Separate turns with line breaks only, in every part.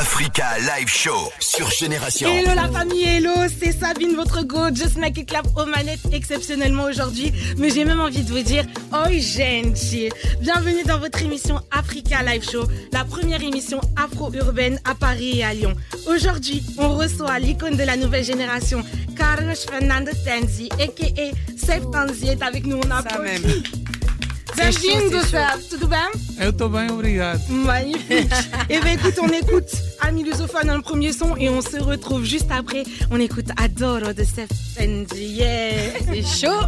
Africa Live Show sur Génération.
Hello la famille, hello, c'est Sabine, votre go. Just make it clap aux manettes exceptionnellement aujourd'hui. Mais j'ai même envie de vous dire, oi gente. Bienvenue dans votre émission Africa Live Show, la première émission afro-urbaine à Paris et à Lyon. Aujourd'hui, on reçoit l'icône de la nouvelle génération, Carlos Fernando Tanzi, a.k.a. Sef Tanzi, est avec nous, on applaudit. Bem-vindo, Sef. Tudo bem?
Eu tô bem, obrigado.
Magnifique. Et bien écoute, on écoute Ami Lusophone dans le premier son et on se retrouve juste après. On écoute Adoro de Sef Tanzi. Yeah, c'est chaud.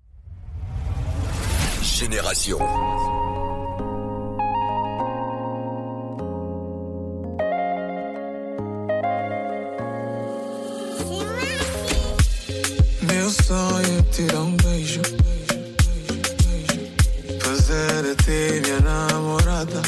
Génération.
Meu sonho é te dar beijo, fazer de ti minha namorada,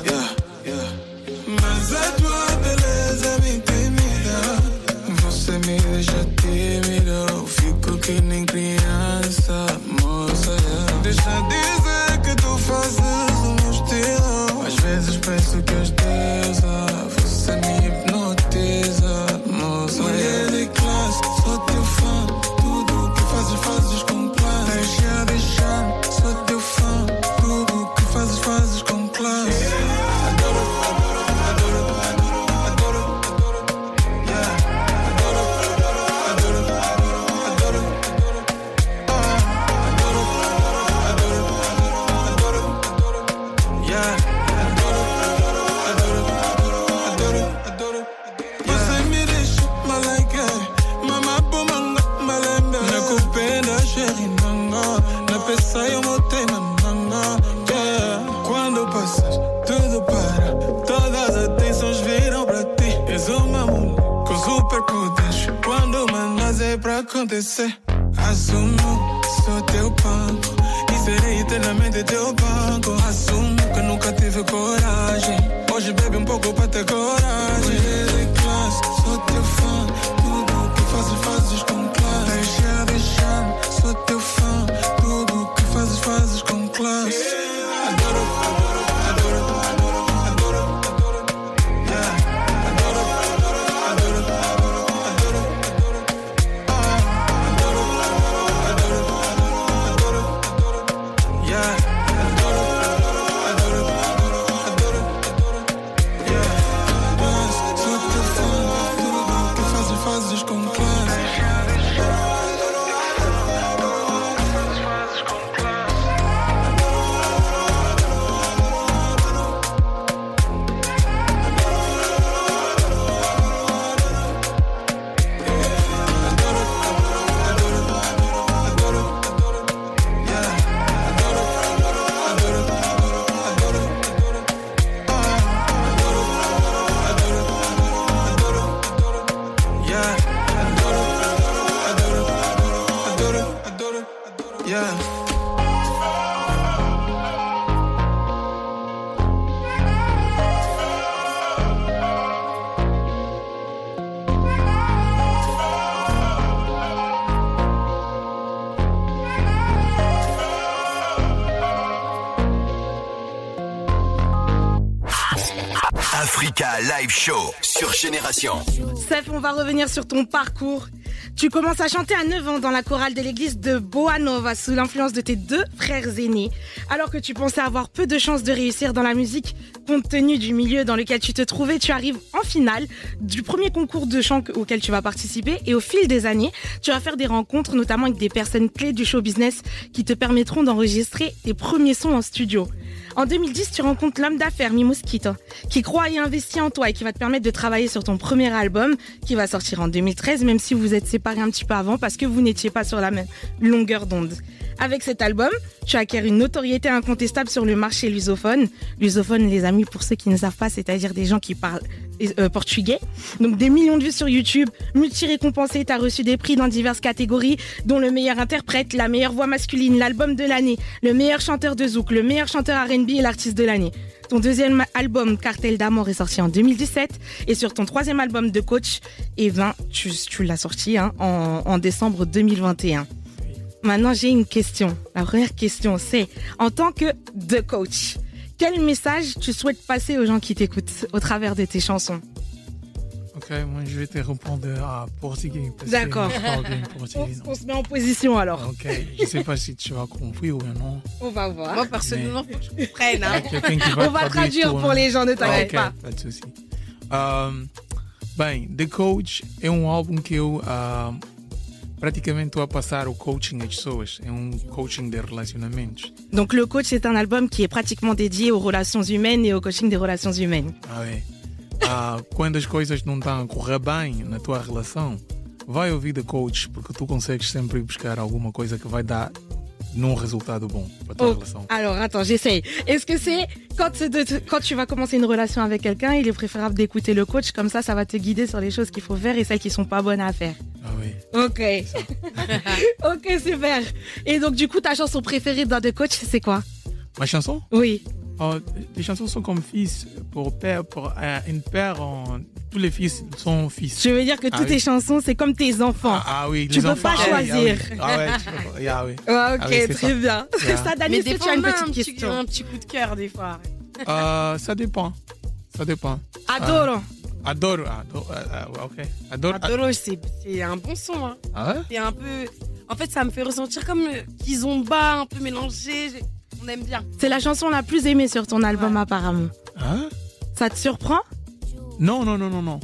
Mas a tua beleza me intimida, você me deixa tímida, eu fico que nem criança, moça, Deixa dizer que tu fazes o meu estilo, às vezes penso que és deusa, você me hipnotiza, moça, mulher de classe, sou teu fã, tudo que fazes com classe, deixa, sou teu fã, tudo que fazes com classe. Quando passas, tudo para, todas as atenções viram para ti. És uma mulher com superpoderes, quando mandas é para acontecer. Assumo, sou teu banco e serei eternamente teu banco. Assumo que nunca tive coragem, hoje bebe um pouco para ter coragem. Mulher de classe, sou teu fã, tudo que fazes com classe. Deixa, sou teu fã, tudo que fazes com classe.
Africa Live Show sur Génération.
Sef, on va revenir sur ton parcours. Tu commences à chanter à 9 ans dans la chorale de l'église de Boa Nova sous l'influence de tes deux frères aînés. Alors que tu pensais avoir peu de chances de réussir dans la musique, compte tenu du milieu dans lequel tu te trouvais, tu arrives en finale du premier concours de chant auquel tu vas participer. Et au fil des années, tu vas faire des rencontres, notamment avec des personnes clés du show business qui te permettront d'enregistrer tes premiers sons en studio. En 2010, tu rencontres l'homme d'affaires Mimosquito, qui croit et investit en toi et qui va te permettre de travailler sur ton premier album, qui va sortir en 2013, même si vous vous êtes séparés un petit peu avant parce que vous n'étiez pas sur la même longueur d'onde. Avec cet album, tu acquiers une notoriété incontestable sur le marché lusophone. Lusophone, les amis, pour ceux qui ne savent pas, c'est-à-dire des gens qui parlent portugais. Donc des millions de vues sur YouTube, multi-récompensé, t'as reçu des prix dans diverses catégories, dont le meilleur interprète, la meilleure voix masculine, l'album de l'année, le meilleur chanteur de zouk, le meilleur chanteur R&B et l'artiste de l'année. Ton deuxième album, Cartel d'Amour, est sorti en 2017. Et sur ton troisième album de coach, tu l'as sorti en décembre 2021. Maintenant, j'ai une question. La première question, c'est, en tant que The Coach, quel message tu souhaites passer aux gens qui t'écoutent au travers de tes chansons?
Ok, moi je vais te répondre à portugais.
D'accord. On se met en position alors.
Ok, je ne sais pas si tu as compris ou non.
On va voir.
Moi, personnellement, faut que je comprenne.
On va traduire pour les gens, ne t'inquiète pas.
Pas de souci. Bem, The Coach é álbum que eu praticamente estou a passar o coaching às pessoas. É coaching de relacionamentos.
Donc le coach, c'est un album qui est pratiquement dédié aux relations humaines et au coaching des relations humaines.
Ah, ouais. Quando as coisas não estão a correr bem na tua relação, vai ouvir The Coach, porque tu consegues sempre buscar alguma coisa que vai dar un résultat bon pour ta relation.
Alors, attends, j'essaye. Est-ce que c'est quand tu vas commencer une relation avec quelqu'un, il est préférable d'écouter le coach, comme ça va te guider sur les choses qu'il faut faire et celles qui sont pas bonnes à faire.
Ah oui.
Ok. Ok, super. Et donc, du coup, ta chanson préférée dans The Coach, c'est quoi?
Ma chanson?
Oui.
Les chansons sont comme fils pour une père. Tous les fils sont fils.
Je veux dire que toutes tes chansons, c'est comme tes enfants.
Ah oui,
tu peux pas choisir.
Ah ouais, oui.
Ok, très bien. Ça, Dani, est-ce que tu as une petite question?
Un petit coup de cœur des fois.
Ça dépend.
Adoro.
Ok.
Adoro, c'est un bon son. Hein.
Ah ouais?
C'est un peu. En fait, ça me fait ressentir comme kizomba, un peu mélangé. On aime bien.
C'est la chanson la plus aimée sur ton album, apparemment.
Hein?
Ça te surprend?
Non. Moi,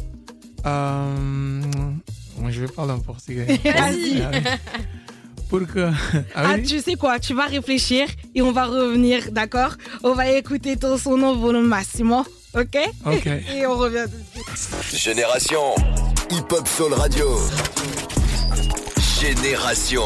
je vais parler en portugais.
Vas-y. Tu sais quoi? Tu vas réfléchir et on va revenir, d'accord? On va écouter ton son au volume maximum, ok?
Ok.
Et on revient.
Génération Hip Hop Soul Radio. Génération.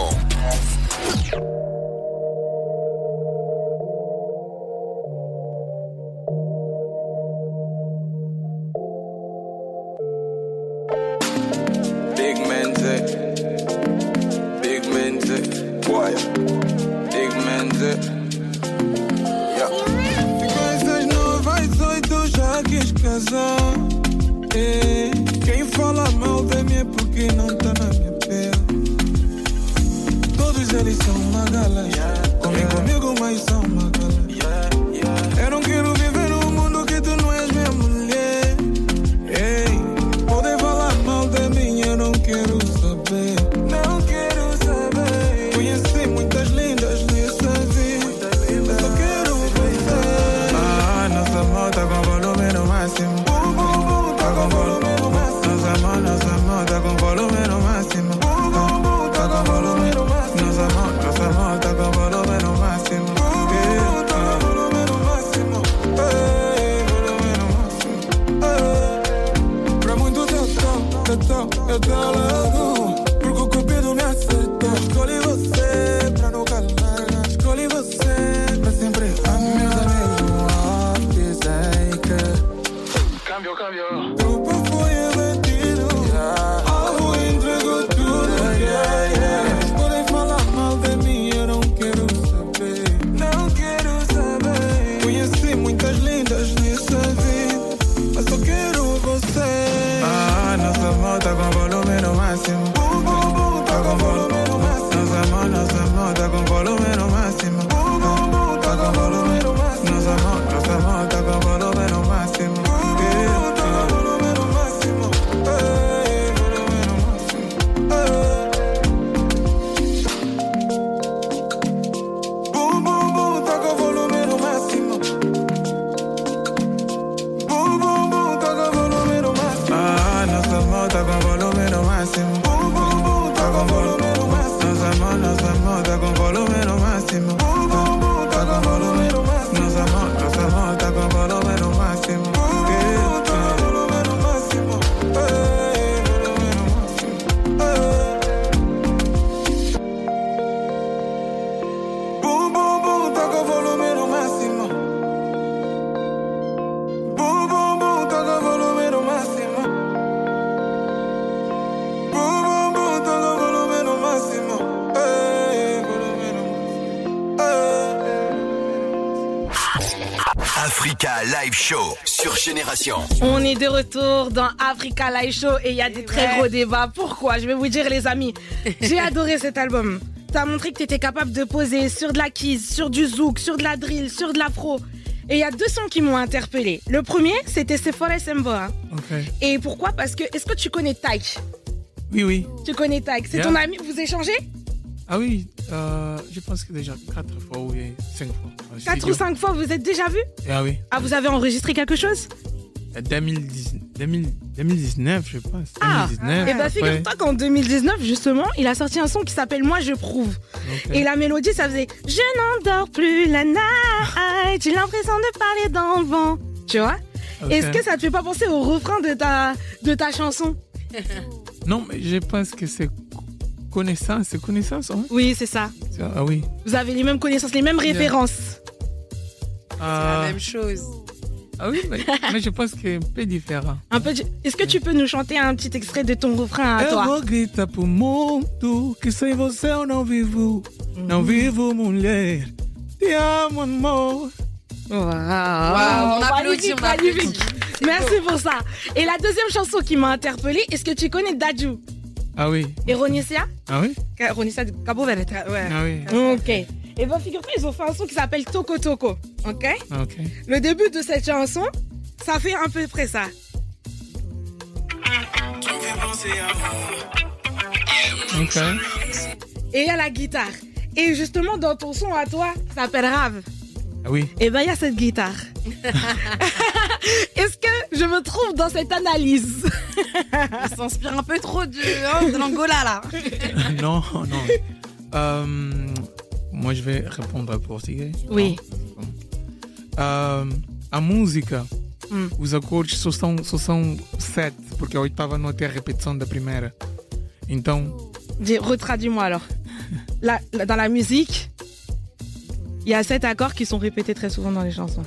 Quem fala mal de mim é porque não tá na minha pele. Todos eles são magalas. Vem comigo, mas são magalas. Eu não quero viver num mundo que tu não és minha mulher. Ei, podem falar mal de mim, eu não quero saber. Não quero saber. Conheci muitas lindas nessa vida. Eu só quero você. Nossa moto tá com volume no máximo. Nossa com volume no máximo. Tá com volume no máximo. Nossa moto tá com volume no máximo. Tá com volume no máximo. Volume no máximo. Pra muitos eu tô logo. Porque o cupido me acertou. Escolhi você pra nunca largar. Escolhi você pra sempre. Meus amigos dizem que Cambio. Trupa foi vendido. Algo entregou tudo. Eles podem falar mal de mim, eu não quero saber. Não quero saber. Conheci muitas lindas nessa vida, mas só quero você. Nossa moto tá com volume no máximo. Tá com volume no máximo. Nossa moto tá com volume no máximo. Tá com volume no máximo. Nossa moto tá com volume no máximo.
Africa Live Show sur Génération.
On est de retour dans Africa Live Show et il y a des très gros débats. Pourquoi? Je vais vous dire, les amis, j'ai adoré cet album. T'as montré que t'étais capable de poser sur de la keys, sur du zouk, sur de la drill, sur de l'afro. Et il y a 2 sons qui m'ont interpellée. Le premier, c'était Sephora Semboa.
Ok.
Et pourquoi? Parce que, est-ce que tu connais Taïk?
Oui.
Tu connais Taïk? C'est
Yeah.
ton ami? Vous échangez?
Ah oui, je pense que déjà 4 fois ou 5 fois.
4 ou 5 fois, vous êtes déjà vus?
Ah oui.
Ah, vous avez enregistré quelque chose?
2019, je pense.
Ah,
2019.
et bah figure-toi qu'en 2019, justement, il a sorti un son qui s'appelle Moi je prouve.
Ok.
Et la mélodie, ça faisait Je n'endors plus la night, j'ai l'impression de parler dans le vent. Tu vois?
Ok.
Est-ce que ça te fait pas penser au refrain de ta chanson?
Non, mais je pense que c'est connaissance, hein?
Oui, c'est ça.
Ah oui.
Vous avez les mêmes connaissances, les mêmes références.
C'est la même chose.
Ah oui, mais je pense que c'est un peu différent.
Est-ce que tu peux nous chanter un petit extrait de ton refrain à
Eu
toi?
vou gritar pro mundo que sem você eu não vivo. Não vivo, mulher. Te amo, amor.
Wow,
on applaudit, on applaudit.
Merci pour ça. Et la deuxième chanson qui m'a interpellée, est-ce que tu connais Dadju
Ah oui.
et Ronisia?
Ah oui?
Ronisia de Cabo Verde.
Ouais.
Ah oui.
Ok. Et bien, figure-toi, ils ont fait un son qui s'appelle Toko Toko. Ok?
Ok.
Le début de cette chanson, ça fait à peu près ça.
Ok.
Et il y a la guitare. Et justement, dans ton son à toi, ça s'appelle Rave.
Ah oui.
Et ben, il y a cette guitare. Est-ce que je me trouve dans cette analyse?
Il s'inspire un peu trop de l'Angola, là.
Non. Moi, je vais répondre en portugais.
Oui.
A música, os acordes só são 7, porque a oitava nota é a repetição da primeira. Então,
Retraduis-moi alors. Dans la musique, il y a 7 accords qui sont répétés très souvent dans les chansons.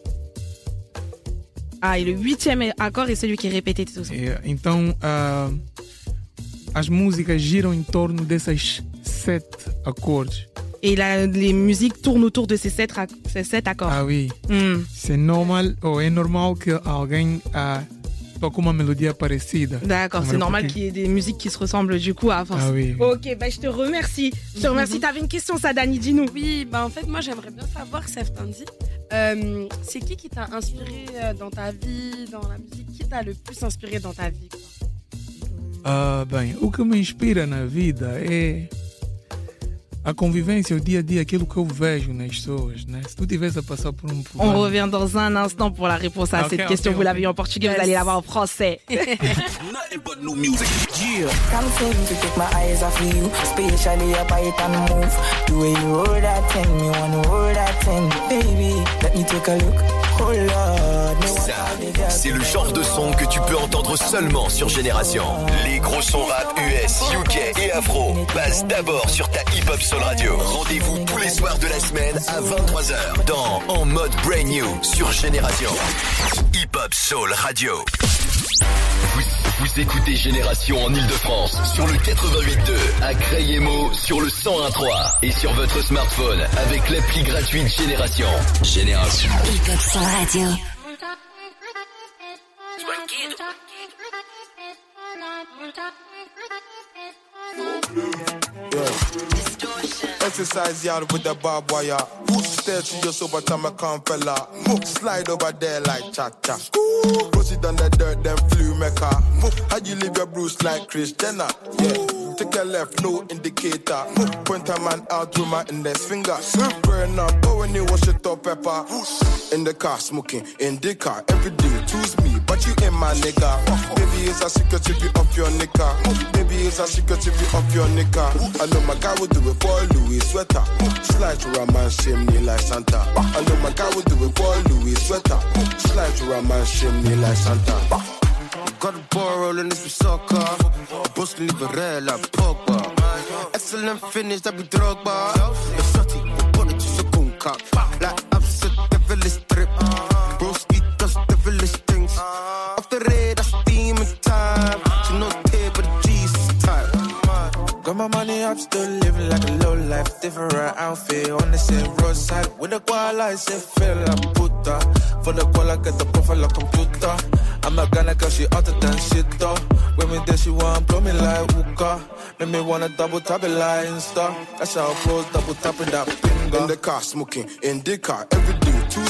Ah, et le 8e accord est celui qui est répété tout ça.
então as músicas giram em torno desses 7 acordes.
Et les musiques tournent autour de ces 7 accords.
Ah oui. C'est normal, é normal que alguém toque uma melodia parecida.
D'accord, c'est normal qu'il y ait des musiques qui se ressemblent du coup à force.
Ah oui.
Ok, bah je te remercie. T'avais une question, ça, Dani, dis-nous.
Oui, bah en fait, moi, j'aimerais bien savoir, Seftandi, c'est qui t'a inspiré dans ta vie, dans la musique? Qui t'a le plus inspiré dans ta vie, quoi?
Bem, o que me inspira na vida é a convivência, o dia a dia, aquilo que eu vejo nas pessoas, né? Se tu tivesse a passar por
On
problema...
revient dans un instant pour la réponse à cette question. Vous l'avez eu en portugais, vous allez l'avoir en français.
Nothing but new music. Yeah.
Can't seem to take my eyes off you, especially up I can move. The way you hold that thing, me wanna hold that thing. Baby, let me take a look. Oh Lord, me want
Ça, c'est le genre de son que tu peux entendre seulement sur Génération. Les gros sons rap US, UK et Afro passent d'abord sur ta Hip Hop Soul Radio. Rendez-vous tous les soirs de la semaine à 23h dans En mode Brand New sur Génération. Hip Hop Soul Radio. Vous écoutez Génération en Ile-de-France sur le 88.2, à Crayemo sur le 101.3 et sur votre smartphone avec l'appli gratuite Génération. Génération.
Hip Hop Soul Radio.
Exercise yard with the barbed wire. Stare to your sober time, I can't fella. Slide over there like cha-cha. Push it on the dirt, then flew mecca. How you leave your bruise like Chris Jenner? Yeah. Take a left, no indicator. Point a man out with my index finger. Burn up, but when you wash it up, pepper. In the car, smoking, in the car. Every day, choose me, but you ain't my nigga. Baby, it's a secret if you off your knicker. Baby, it's a secret if you off your knicker. I know my guy will do it for Louis sweater. Slide to a man, chimney like Santa. I know my guy will do it for Louis sweater. Slide to a man, chimney like Santa.
Got a ball rolling this with soccer. Boss can leave a red like Pogba. Excellent finish, that be Drogba. The shotty, the bullet to the kunka. Like absurd, devilish trip. Broski does devilish things. Off the red, I steam in time. She knows table, Jesus type.
Got my money up, still living like a low life. Different outfit on the same roadside. With the koala, I say feel like puta. For the koala, get the profile of computer. I'm not gonna cause she hotter than shit though. When me there, she want blow me like hookah. Make me wanna double tap it like Insta. That's how I pose, double tapping that finger.
In the car, smoking, in the car. Every day, choose me,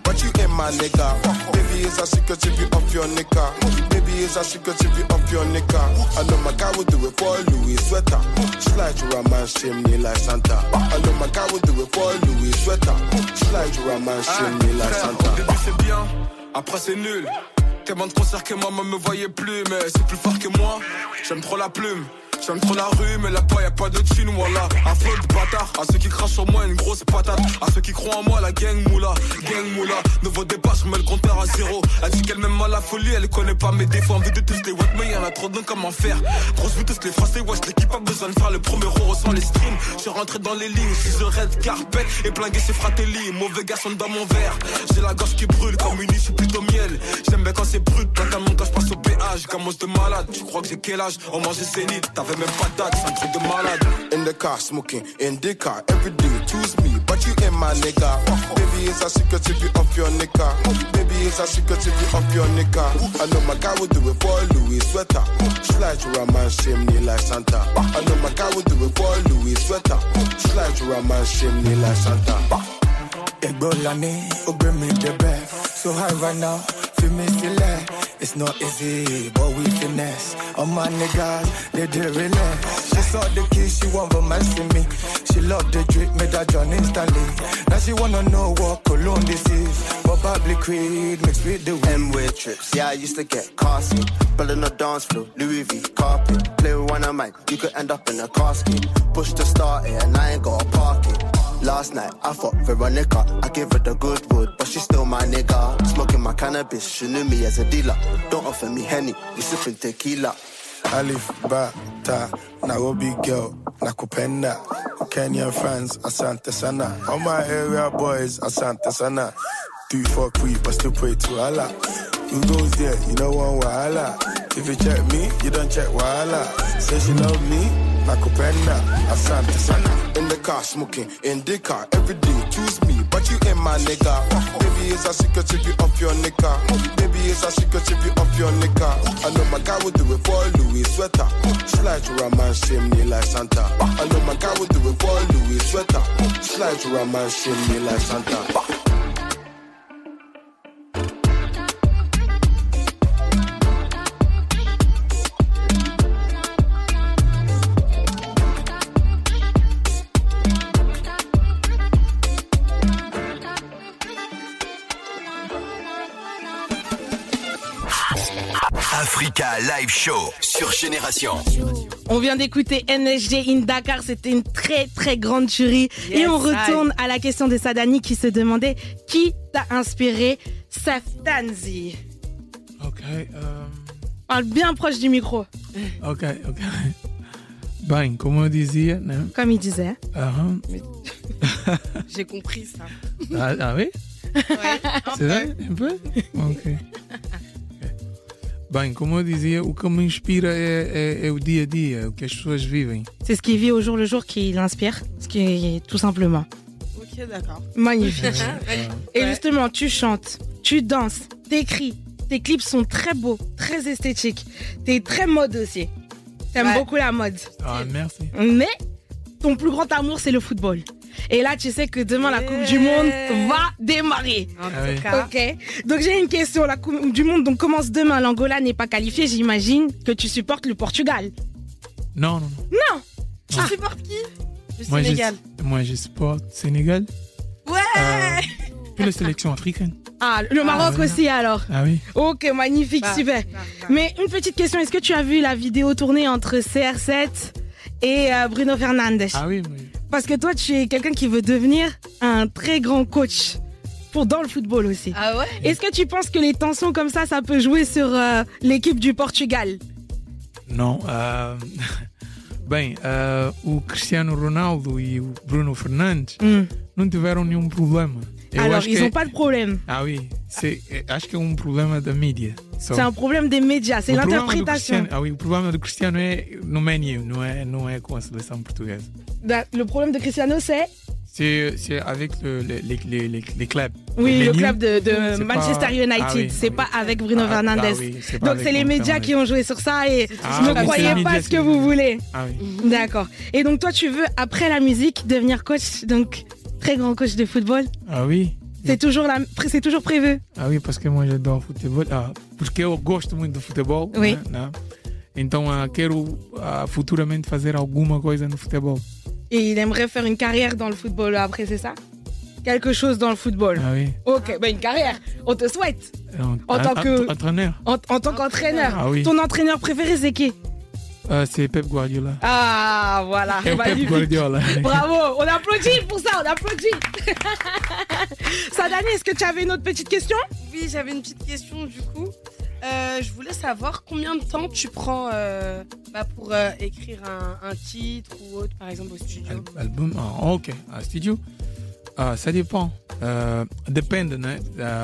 but you ain't my nigga. Baby, it's a secret if you off your nigga. Baby, it's a secret if you off your nigga. I know my guy will do it for Louis Sweater. Slide you around my chimney like Santa. I know my guy will do it for Louis Sweater. Slide you around my chimney like Santa.
Au début c'est bien, après c'est nul. Tellement de concerts que maman me voyait plus, mais c'est plus fort que moi. J'aime trop la plume. J'aime trop la rue, mais là-bas y'a pas de thune, voilà. Un flot de bâtard, à ceux qui crachent sur moi, une grosse patate. À ceux qui croient en moi, la gang moula. Nouveau départ, je mets le compteur à zéro. Elle dit qu'elle m'aime à la folie, elle connaît pas mes défauts. Envie de tous les what, mais y'en a trop de comment faire. Grosse vue, tous les français, wesh, l'équipe a besoin de faire le premier euro sans les streams. J'suis rentré dans les lignes, je suis red carpet. Et plingué ses fratelli, mauvais garçon dans mon verre. J'ai la gorge qui brûle, comme une issue plutôt miel. J'aime bien quand c'est brut, totalement quand je passe au péage. Commence de malade, tu crois que j'ai quel âge? On mange des zéniths, t'avais même pas de date, c'est un truc de malade.
In the car, smoking, in the car, every day, choose me, but you ain't my nigga. Baby, it's a secret if you off your nigga. Baby, it's a secret if you off your nigga. I know my guy will do it for Louis Sweater. Slide you around my chimney like Santa. I know my guy will do it for Louis Sweater. Slide you around my chimney like Santa.
Egbolani, bring me the best. So high right now, feel me still there. It's not easy, but we finesse. All my niggas, they did relax. She saw the kiss, she want romance with me. She loved the drip, made that John instantly. Now she wanna know what cologne this is. Probably Creed mixed with the
M-way trips, yeah, I used to get car seat. But on the dance floor, Louis V, carpet. Play with one of mine, you could end up in a casket. Push to start it, and I ain't gotta park it. Last night, I fucked Veronica. I gave her the good wood, but she's still my nigga. Smoking my cannabis, she knew me as a dealer. Don't offer me Henny, we sipping tequila.
Alif, Bata, Nairobi girl, Nakupenda. Kenyan friends, Asante Sana. All my area boys, Asante Sana. 3 for creep, but still pray to Allah. Who goes there? You know one Wahala. If you check me, you don't check Wahala. Say she love me, Nakupenda, Asante Sana. In the car, smoking, in the car, every day, choose me, but you ain't my nigga. Baby, it's a secret if you off your nigga. Baby, it's a secret if you off your nigga. I know my guy will do it for Louis Sweater. Slide you around my chimney like Santa. I know my guy will do it for Louis Sweater. Slide you around my chimney like Santa.
Africa Live Show sur Génération.
On vient d'écouter NSG in Dakar, c'était une très très grande tuerie.
Yes,
et on retourne à la question de Sadani qui se demandait qui t'a inspiré, Seftanzi.
Ok.
Parle bien proche du micro.
Ok. Bem, como eu dizia, né?
Comme il disait.
J'ai compris ça.
Ah oui?
Ouais,
C'est vrai? Un peu? Ok. Bem, como eu dizia, o que me inspira é o dia a dia, o que as pessoas vivem.
C'est ce qui vit au jour le jour qui l'inspire, ce qui est tout simplement.
Ok, d'accord.
Magnifique. Et
Ouais.
justement, tu chantes, tu danses, t'écris. Tes clips sont très beaux, très esthétiques. T'es très mode aussi. T'aimes
Ouais.
beaucoup la mode.
Ah, merci.
Mais ton plus grand amour, c'est le football. Et là, tu sais que demain, la Coupe du Monde va démarrer.
En
Ah oui.
tout cas,
Ok. Donc, j'ai une question. La Coupe du Monde donc, commence demain. L'Angola n'est pas qualifiée. J'imagine que tu supportes le Portugal.
Non.
tu supportes qui? Le
Moi,
Sénégal.
Moi, je supporte Sénégal.
Ouais.
Puis la sélection africaine.
Ah, le Maroc
oui.
aussi, alors.
Ah oui.
Ok, magnifique,
Bah,
super.
bah.
Mais une petite question. Est-ce que tu as vu la vidéo tournée entre CR7 et Bruno Fernandes?
Ah oui.
Parce que toi, tu es quelqu'un qui veut devenir un très grand coach dans le football aussi.
Ah ouais?
Est-ce que tu penses que les tensions comme ça peut jouer sur l'équipe du Portugal?
Não. Bem, o Cristiano Ronaldo e o Bruno Fernandes não tiveram nenhum problema. Eu
Alors,
acho
ils
que
n'ont pas de problème.
Ah oui, acho que é problema da mídia.
C'est un problème des médias, c'est
O problema do
l'interprétation.
Cristiano- Ah oui, o problema do Cristiano no menu, não é com a seleção portuguesa.
Le problème de Cristiano, c'est
C'est avec les clubs.
oui, le
menu,
club de
c'est
Manchester
pas-
United.
Ah oui,
c'est
ah
pas
oui.
avec Bruno Fernandes.
Ah oui, c'est pas
Donc,
avec
c'est les
Bruno
médias
Fernandes.
qui ont joué sur ça et
Ah
ne
oui, c'est
croyez
les
pas
médias
ce que
qui-
vous voulez.
Ah oui.
D'accord. Et donc, toi, tu veux, après la musique, devenir coach, donc très grand coach de football?
Ah oui.
C'est toujours prévu?
Ah oui, parce que moi j'adore futebol. Porque eu gosto muito de futebol.
Oui.
Né? Então quero futuramente fazer alguma coisa no futebol.
Et il aimerait faire une carrière dans le football après, c'est ça? Quelque chose dans le football.
Ah oui.
Ok, une carrière. On te souhaite. En tant
entraîneur.
En tant qu'entraîneur.
Ah oui.
Ton entraîneur préféré, c'est qui?
C'est Pep Guardiola.
Ah, voilà.
Pep Guardiola.
Bravo, on applaudit pour ça, on applaudit. Sadani, est-ce que tu avais une autre petite question?
Oui, j'avais une petite question du coup. Je voulais savoir combien de temps tu prends pour écrire un titre ou autre, par exemple au studio.
Album, ok, au studio. Ça dépend. Depende, né?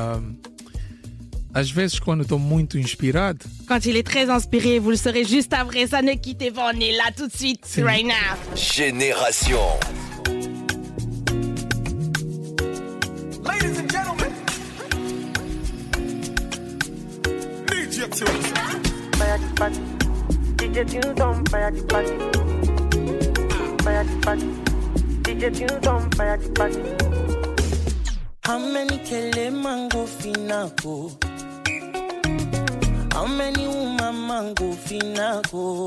Às vezes, quando estou muito inspirado.
Quand il est très inspiré, vous le saurez juste après. Ça ne quittez pas, on est là tout de suite. Right now.
Génération.
Ladies and gentlemen. DJ Tunes.
Fire the party. DJ Tunes on fire the party. Fire the party. DJ Tunes on fire the party.
How many kele mango finako? How many woman mango finako?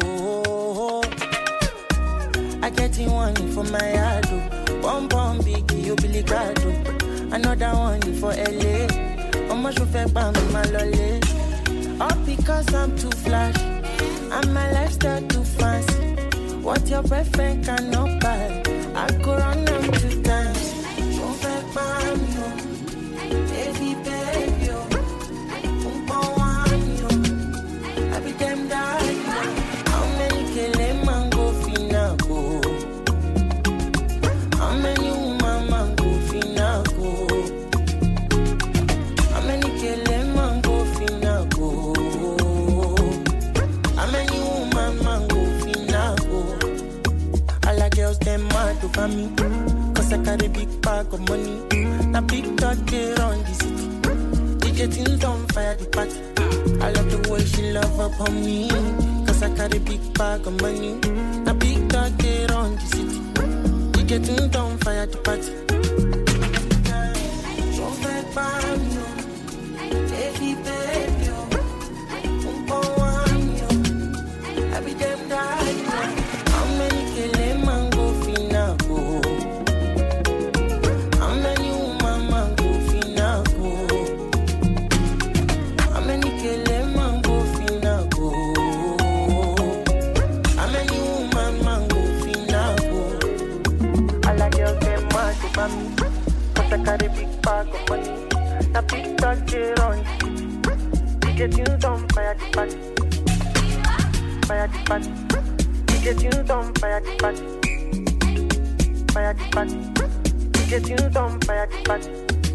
I get one for my yard, one biggie, you Billy Grado. Another one for LA. How much you fẹ́ pa me my lolly? All because I'm too flash, and my lifestyle too fancy. What your boyfriend cannot buy, I could run them 2 times. You fẹ́ pa me. For me, cause I carry big bag of money. Na big dot they run the city. DJ Tunes on fire the party. I love the way she love upon me, cause I carry big bag of money. Na big dot they run the city. DJ Tunes on fire the party. So fẹ́ pa mí o, baby baby o, umpo wine o, I be them die o. How many kele mango finako? How many woman mango finako? How many kele mango finako? How many woman mango finako? All the girls them mad over me, cause I carry big bag of money. Na big dog they run. DJ Tunes on fire the party. Fire the party. DJ Tunes on fire the party. Fire the party. DJ Tunes on fire the party.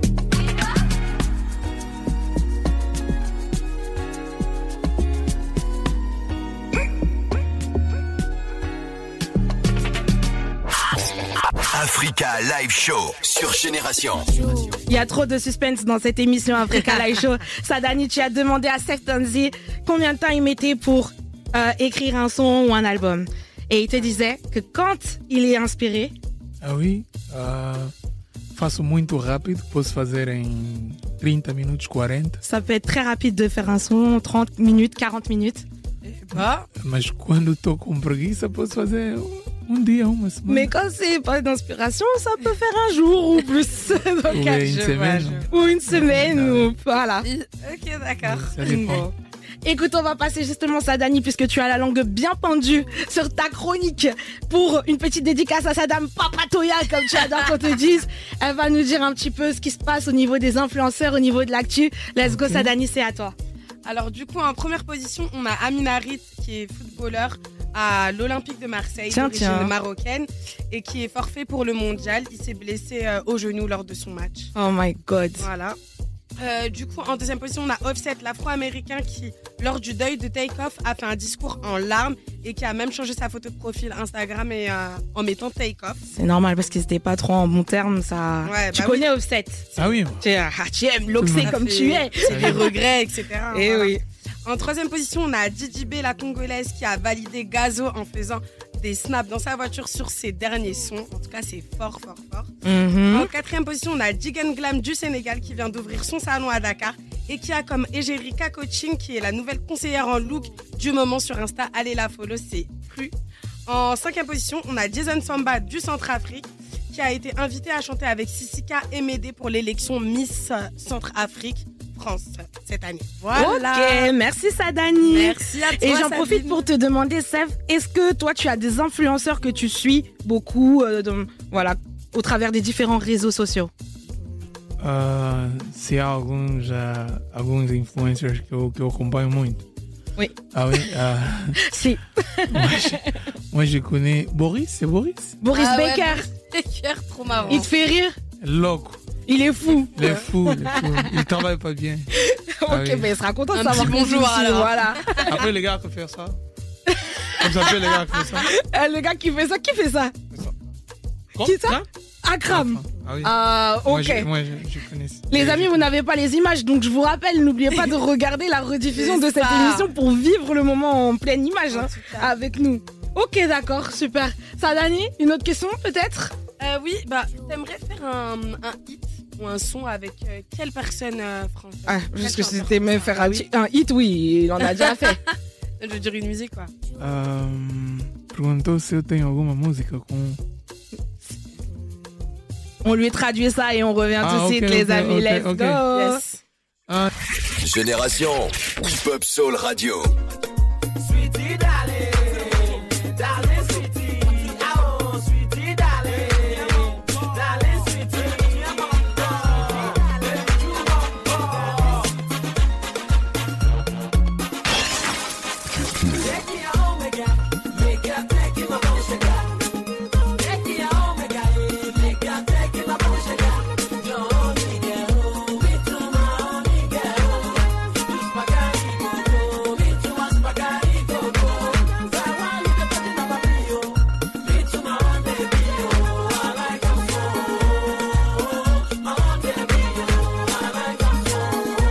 Africa Live Show sur Génération.
Il y a trop de suspense dans cette émission Africa Live Show. Sadani, tu as demandé à Seth Tanzi combien de temps il mettait pour écrire un son ou un album. Et il te disait que quand il est inspiré...
Ah oui, faço muito rápido, posso fazer em 30 minutos, 40.
Ça peut être très rapide de faire un son, 30 minutes, 40 minutes.
Mas quando estou com preguiça, posso fazer dia, uma semana.
Mais quand c'est pas d'inspiration, ça peut faire un jour ou plus.
Donc, ou une semaine.
Ou une semaine, ou voilà.
Ok, d'accord.
Ça dépend.
Écoute, on va passer justement Sadani, puisque tu as la langue bien pendue sur ta chronique, pour une petite dédicace à sa dame Papatoya, comme tu adores qu'on te dise. Elle va nous dire un petit peu ce qui se passe au niveau des influenceurs, au niveau de l'actu. Let's go Sadani, c'est à toi.
Alors du coup, en première position, on a Amin Harit, qui est footballeur à l'Olympique de Marseille, d'origine marocaine, et qui est forfait pour le mondial. Il s'est blessé au genou lors de son match.
Oh my God.
Voilà. Du coup, en deuxième position, on a Offset, l'Afro-Américain qui, lors du deuil de Take-Off, a fait un discours en larmes et qui a même changé sa photo de profil Instagram et, en mettant Take-Off.
C'est normal parce qu'ils n'étaient pas trop en bon terme. Ça...
Ouais,
tu connais Offset.
Ah oui.
Tu aimes l'oxé comme tu es.
C'est des regrets, etc.
Et voilà. Oui.
En troisième position, on a Didi B, la Congolaise, qui a validé Gazo en faisant des snaps dans sa voiture sur ses derniers sons. En tout cas, c'est fort. En 4e position, on a Jigen Glam du Sénégal qui vient d'ouvrir son salon à Dakar et qui a comme égérie Coaching, qui est la nouvelle conseillère en look du moment sur Insta. Allez la follow, c'est plus. En 5e position, on a Jason Samba du Centrafrique qui a été invité à chanter avec Sissika et Médé pour l'élection Miss Centrafrique France cette année.
Voilà. Ok, merci Sadani.
Merci à toi.
Et j'en profite pour te demander, Sef, est-ce que toi tu as des influenceurs que tu suis beaucoup au travers des différents réseaux sociaux?
Se há alguns influencers que eu acompanho muito.
Oui.
Ah oui.
Si.
Moi, je connais Boris, c'est Boris.
Boris Baker.
Ouais, Baker, trop marrant.
Il te fait rire?
Loco.
Il est fou.
Il est fou. Il travaille pas bien.
Ok, mais il sera content de savoir
bonjour alors.
Voilà.
Après, les gars qui font ça. Comme ça, les gars qui font ça.
Le gars qui fait ça, qui fait ça?
Qui
ça? Akram.
Ah oui.
Ah, ok.
Moi, je connais.
Les amis, vous n'avez pas les images, donc je vous rappelle, n'oubliez pas de regarder la rediffusion de cette émission pour vivre le moment en pleine image avec nous. Ok, d'accord, super. Sadani, une autre question peut-être?
Oui, t'aimerais faire un hit ou un son avec quelle personne française?
Ah, juste que c'était même faire un hit, oui, il en a déjà fait.
Je veux dire une musique, quoi.
Perguntou se eu tenho alguma música com...
On lui traduit ça et on revient tout de suite, les amis. Let's go.
Yes.
Génération Hip-Hop Soul Radio.
Sweetie darling, darling sweetie, oh sweetie darling, darling sweetie, take it home, make her take it my bone sugar. Take it home, make her take it my bone sugar. Your only girl, me too my only girl. You spaghetti go, me too my spaghetti go. So why you the touching of a bio? Me too my own baby, I like 'em so. My own baby, I like 'em so.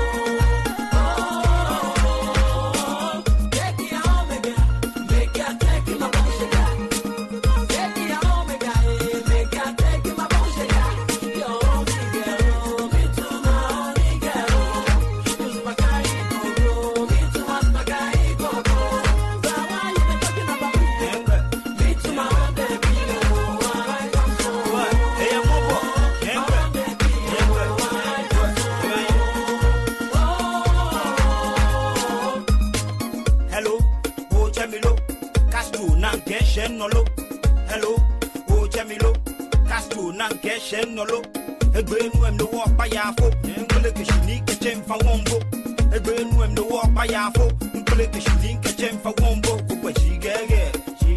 Oh, take it home, make her take it my bone sugar. Take it home, make her take it my bone sugar. Your only girl, me too my only girl. You spaghetti go, me too my spaghetti go. So why you the talking about me? Me too my own baby, I like 'em so.
Hey, I'm over. Hello, oh Jamilo, Castro Nanke Nolo. Hello, oh Jamilo, Castro Nanke Nolo. Egbe nu em no walk by yafo, nkole ke shini ke chem fa wombo. Egbe nu em no walk by yafo, nkole ke shini ke chem fa wombo. Ko shigege,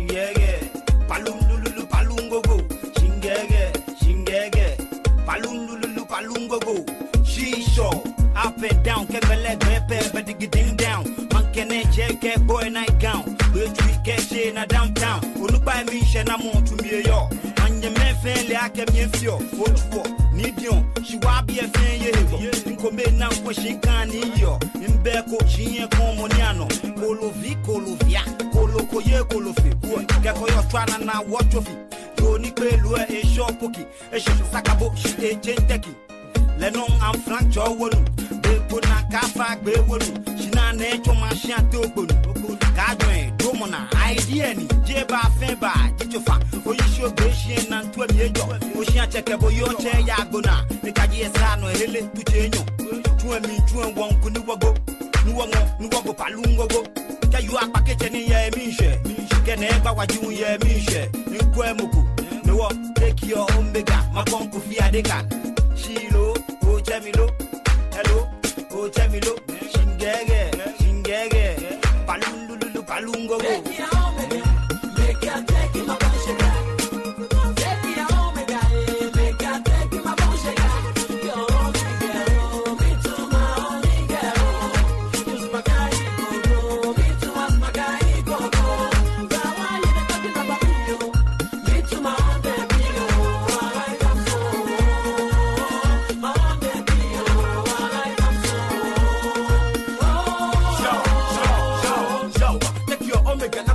palum lulu palungogo. Shingege, palum lulu palungogo. Shisho, up and down, kebele pepe, but dig ding down. Man can check boy night gown. But we catch in a downtown. Ulupa mi shena mo to me yo. And your men fairly I can be feel. What for? Need you. She will be a fan ye. Nkome na kwa she can need you. Imbeko she ain't comoniano. Kolo via. Kolo koye kolo fi. Gako yo twana na watch of it. Yoni pe lue e shopoki. E sakabo she e chenteki. Lenon am frank jo wonu. Beko na kafa gbe wonu. Shina na echo ma shan to gbonu. Gadwen domona idea ni jeba feba jichofa. Oyisho gbe shi na ntwa mi ejo. Oshi cheke bo yo che ya gbona. Ne kaji esa no hele tu chenyo. Tuwe won kuni wago. Nuwago palungogo. Ka yu akpakeche ni ye mishe. Kene ba waju ye mishe. Nkwe muku. No take your omega. Makonku fi adeka. Shilo, oh Jamilo, hello, oh Jamilo, shingege, palungo.
Take it home, make her take it my bone sugar. Take it home, make her take it my bone sugar. Your only girl, me too my only girl. You spaghetti go, me too my spaghetti go. So why you the talking about me? Me too my own baby, I like 'em so. My own baby, I like 'em so.
Yo, take your omega.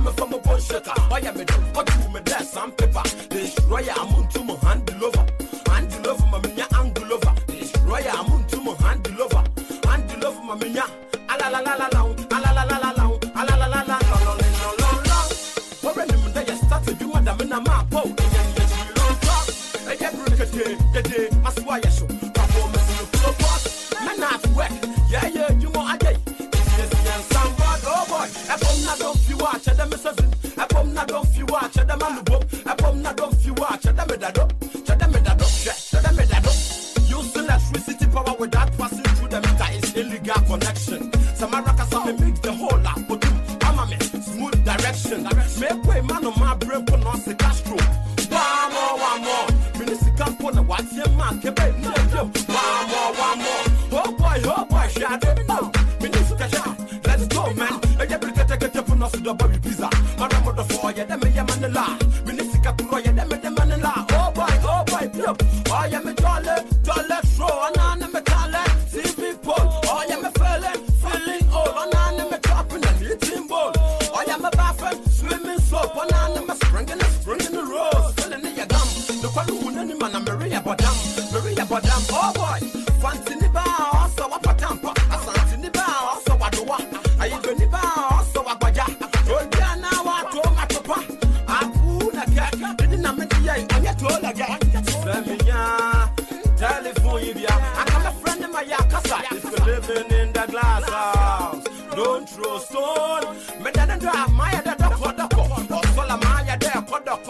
Africa. Oh yeah, me do. Oh, you me there some paper. Destroyer, I'm on to my handle over. Handle over, my minya angle over. Destroyer, I'm on to my handle over. Handle over, my minya. Ala la la la la. Ala la la la la. Ala la la la la. When you day started, you madam in a map. Oh, you don't talk. I get the day. I swear you should. Performance in the floor boss. Man not work. Yeah, you want a day. Oh boy, I come not don't you watch them assassin. I come not don't you watch them on the book. I come not don't you watch them with that up. Shut them with that up. Shut them with that up. Use electricity power without passing through the meter is illegal connection. Samaraka some mix the whole lot, but I'm a smooth direction. Make way man on my brain for not the Castro. One more. Minister Campona, what's your man? One more. Oh boy, shadow. Let's go, man. I get to put us to the baby pizza. My mother for you, them a man la. Minister Kuroya, them a man la. Oh boy, yup. I am a dollar, throw, and I'm a talent. See people, I am a feeling old, and I'm a dropping and eating ball. I am a bathroom, swimming soap, and I'm a spring in the rose. Filling in your gum. The Qualun and man, I'm Maria Badam. Oh boy, fancy the bar, also a patampa. Asante the bar, also a doa. I even the bar, also a baja. Told ya now, I told my papa. I put a cat, didn't I make the eye, and you told again. Semia, California. I got a friend in my yakasa. If you're living in the glass house, don't throw stone. Me didn't drive my other or Solamaya there,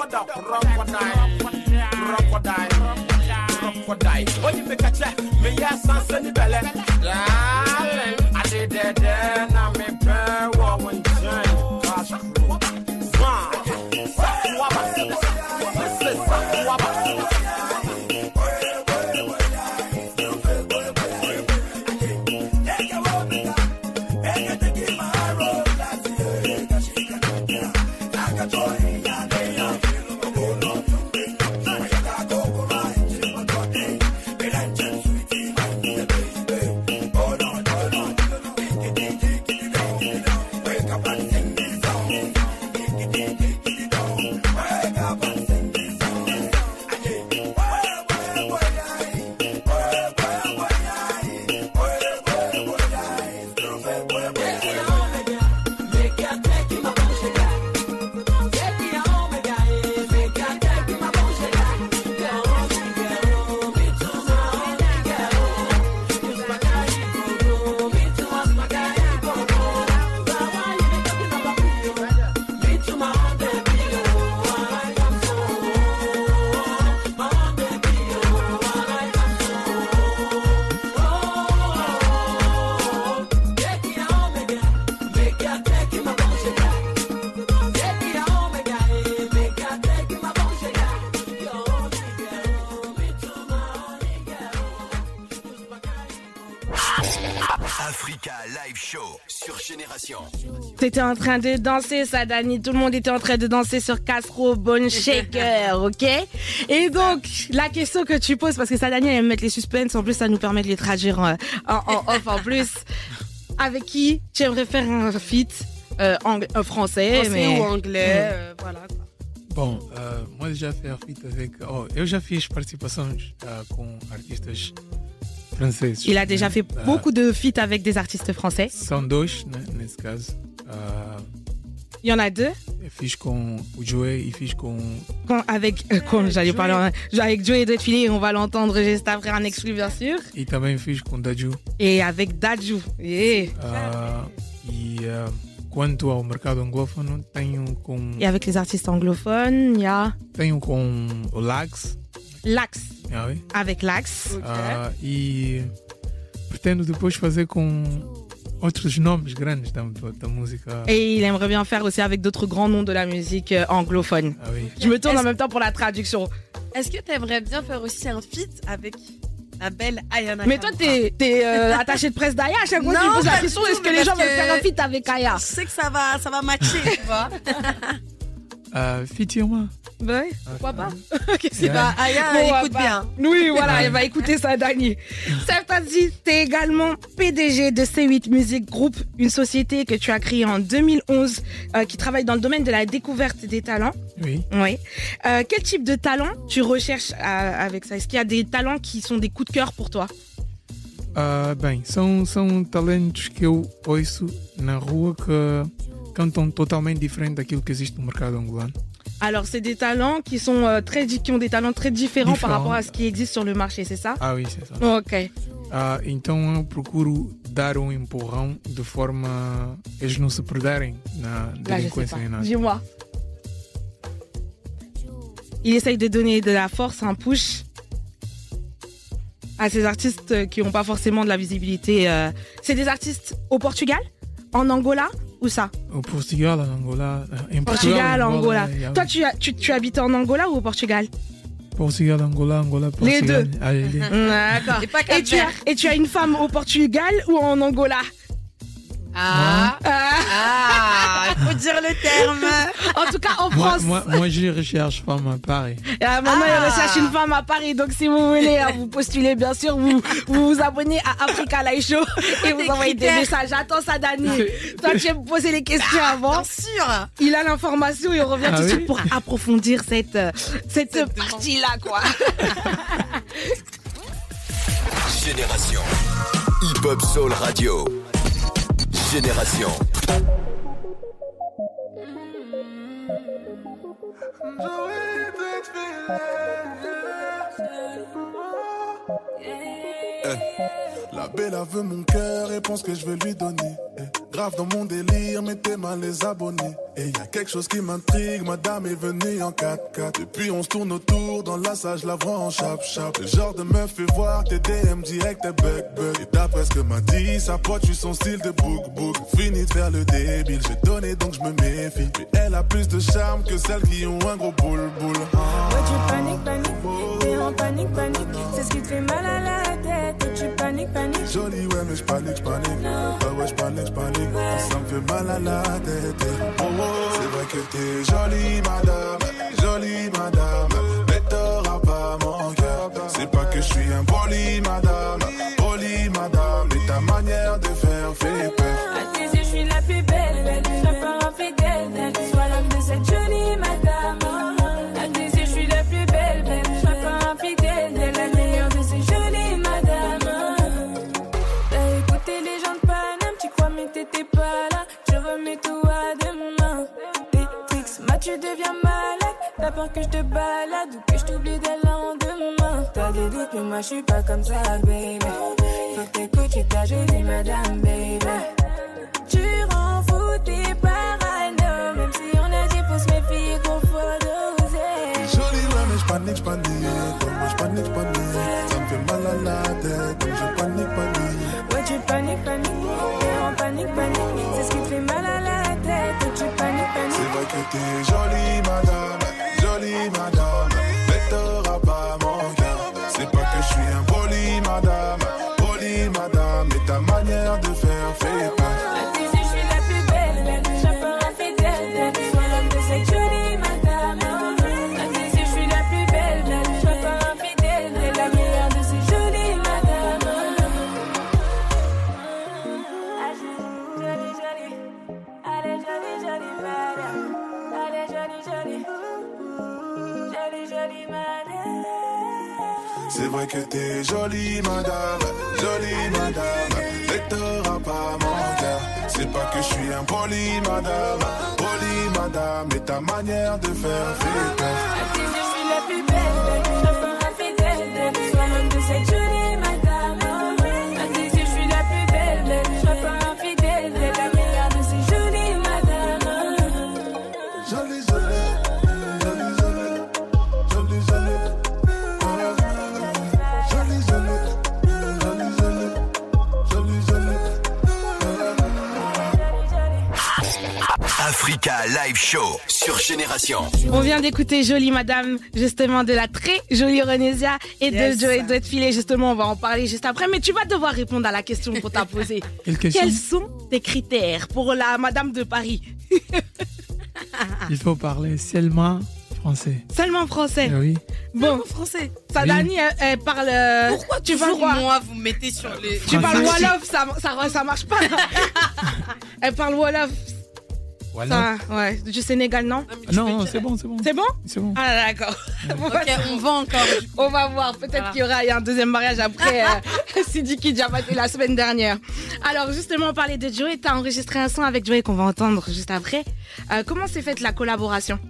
crocodile. Oh, you make a check, me yes, and send the belly. I did it then, I'm a prayer, woman,
Africa Live Show sur Génération.
T'étais en train de danser, ça, Dani. Tout le monde était en train de danser sur Castro Bone Shaker, ok? Et donc, la question que tu poses, parce que ça, Dani, elle aime mettre les suspens, en plus, ça nous permet de les traduire en off en plus. Avec qui tu aimerais faire un feat français
ou anglais, voilà.
Bom, moi já fiz feat avec... eu já fiz participações com artistas franceses.
Il a déjà fait beaucoup de feats avec des artistes français.
São dois, né, nesse caso.
Il y en a deux.
Eu fiz com o Joey e fiz com...
Avec Joey Dreadfilly, on va l'entendre juste après en exclu, bien sûr.
E também fiz com Dadju.
Et avec Dadju. Yeah.
Quanto ao mercado anglófono, tenho com...
Et avec les artistes anglophones, il y a...
Tenho com o Lax.
Lax.
Ah, oui.
Avec Lax.
Okay. E pretendo depois fazer com outros nomes grandes da música.
Et il aimerait bien faire aussi avec d'autres grands noms de la musique anglophone.
Ah, oui.
Je me tourne en même temps pour la traduction.
Est-ce que tu aimerais bien faire aussi un feat avec la belle Ayana?
Mais toi, t'es attaché de presse d'Aya. À chaque fois que tu poses la question, est-ce que les gens veulent faire un feat avec Aya?
Je sais que ça va matcher, tu vois.
Effectivement.
Bah oui, pourquoi pas.
C'est pas Aya, écoute bien.
Oui, voilà, elle va écouter ça, Dani. Septazi, t'es également PDG de C8 Music Group, une société que tu as créée en 2011 qui travaille dans le domaine de la découverte des talents.
Oui.
Oui. Quel type de talent tu recherches avec ça? Est-ce qu'il y a des talents qui sont des coups de cœur pour toi?
Bem, são talentos que eu ouço na rua que cantam totalmente diferente daquilo que existe no mercado angolano.
Alors, c'est des talents qui sont qui ont des talents très différents par rapport à ce qui existe sur le marché, c'est ça?
Ah oui, c'est ça.
Ok.
Então eu procuro dar empurrão de forma a eles não se perderem na delinquência e nada.
Dis-moi. Il essaye de donner de la force, un push à ces artistes qui n'ont pas forcément de la visibilité. C'est des artistes au Portugal, en Angola, où ça?
Au Portugal, en Angola.
Portugal, Angola. Toi, tu habites en Angola ou au Portugal?
Portugal, Angola, Portugal.
Les deux.
Allez.
D'accord. Et tu as une femme au Portugal ou en Angola?
Il faut dire le terme.
En tout cas, en France.
Moi, je recherche femme à Paris.
Maintenant, il recherche une femme à Paris. Donc, si vous voulez, vous postulez, bien sûr, vous vous abonnez à Africa Live Show et vous envoyez des messages. J'attends ça, Dani. Toi, tu vas me poser les questions avant.
Bien sûr.
Il a l'information et on revient tout de suite pour approfondir cette partie-là, quoi.
Génération Hip Hop Soul Radio. Génération.
La belle a veut mon cœur et pense que je vais lui donner. Grave dans mon délire, mettez mal les abonnés. Et y a quelque chose qui m'intrigue, madame est venue en 4x4. Depuis on se tourne autour, dans la salle je la vois en chap-chap. Le genre de meuf fait voir tes DM direct et bug. Et d'après ce que m'a dit, sa pote, je suis son style de book. Fini de faire le débile, j'ai donné donc je me méfie. Mais elle a plus de charme que celles qui ont un gros boule.
Ouais, tu paniques, t'es en panique. C'est ce qui te fait mal à la tête. Et tu paniques.
Jolie, ouais, mais j'panique. Ouais, j'panique. Ça me fait mal à la tête. C'est vrai que t'es jolie madame, mais t'auras pas mon cœur. C'est pas que je suis un poli madame, mais ta manière de faire fait peur.
À tes yeux, je suis la plus belle, je serai pas infidèle. Sois l'homme de cette jolie madame. À tes yeux, je suis la plus belle, je serai pas infidèle. La meilleure de ces jolies madames. T'as écouté les gens de Paname, tu crois mais t'étais pas là. Je remets tout à demain. Tu deviens malade, t'as peur que je te balade ou que je t'oublie dès le lendemain. T'as des doutes mais moi je suis pas comme ça, baby. Faut que t'écoutes ta jolie madame, baby. Tu rends fou tes parano, même si on a dit faut se méfier qu'on faut doser.
Jolie ouais mais j'panique, moi j'panique. Ça me fait mal à la tête, donc je panique.
Ouais tu paniques, t'es en panique. C'est ce qui te fait mal à la tête, et tu paniques.
C'est vrai que t'es jolie madame, mais t'auras pas mon cœur. C'est pas que je suis un poli madame, mais ta manière de faire fait peur.
À tes yeux, je suis la plus belle, je serai pas infidèle. Sois l'homme de cette jolie madame. À tes yeux, je suis la plus belle, je serai pas infidèle. La meilleure de ces jolies madames. Allez, jolie madame. Allez, jolie madame.
C'est vrai que t'es jolie madame, mais t'auras pas mon cœur. C'est pas que je suis un poli madame, mais ta manière de faire fait peur.
À tes yeux, je suis la plus belle, je serai pas infidèle. Sois l'homme de cette jolie madame. À tes yeux, je suis la plus belle, je serai pas infidèle. La meilleure de ces jolies madames.
Jolie.
Africa Live Show sur Génération.
On vient d'écouter Jolie Madame, justement, de la très jolie Renésia et de Joey Dreadfilet. Justement, on va en parler juste après. Mais tu vas devoir répondre à la question qu'on t'a posée. Quels sont tes critères pour la Madame de Paris?
Il faut parler seulement français.
Seulement français.
Oui.
Bon,
français.
Sadani, elle parle.
Pourquoi
tu
toujours
parles quoi?
moi vous me mettez sur les.
Tu parles Wolof, ça marche pas. Elle parle Wolof.
Voilà.
Ça, ouais, du Sénégal, non?
Non, c'est bon, c'est bon.
C'est bon?
C'est bon.
Ah, d'accord.
Ok, on va encore.
On va voir. Peut-être qu'il y aura un deuxième mariage après Sidiki Diabaté la semaine dernière. Alors, justement, on parlait de Joey. Tu as enregistré un son avec Joey qu'on va entendre juste après. Comment s'est faite la collaboration?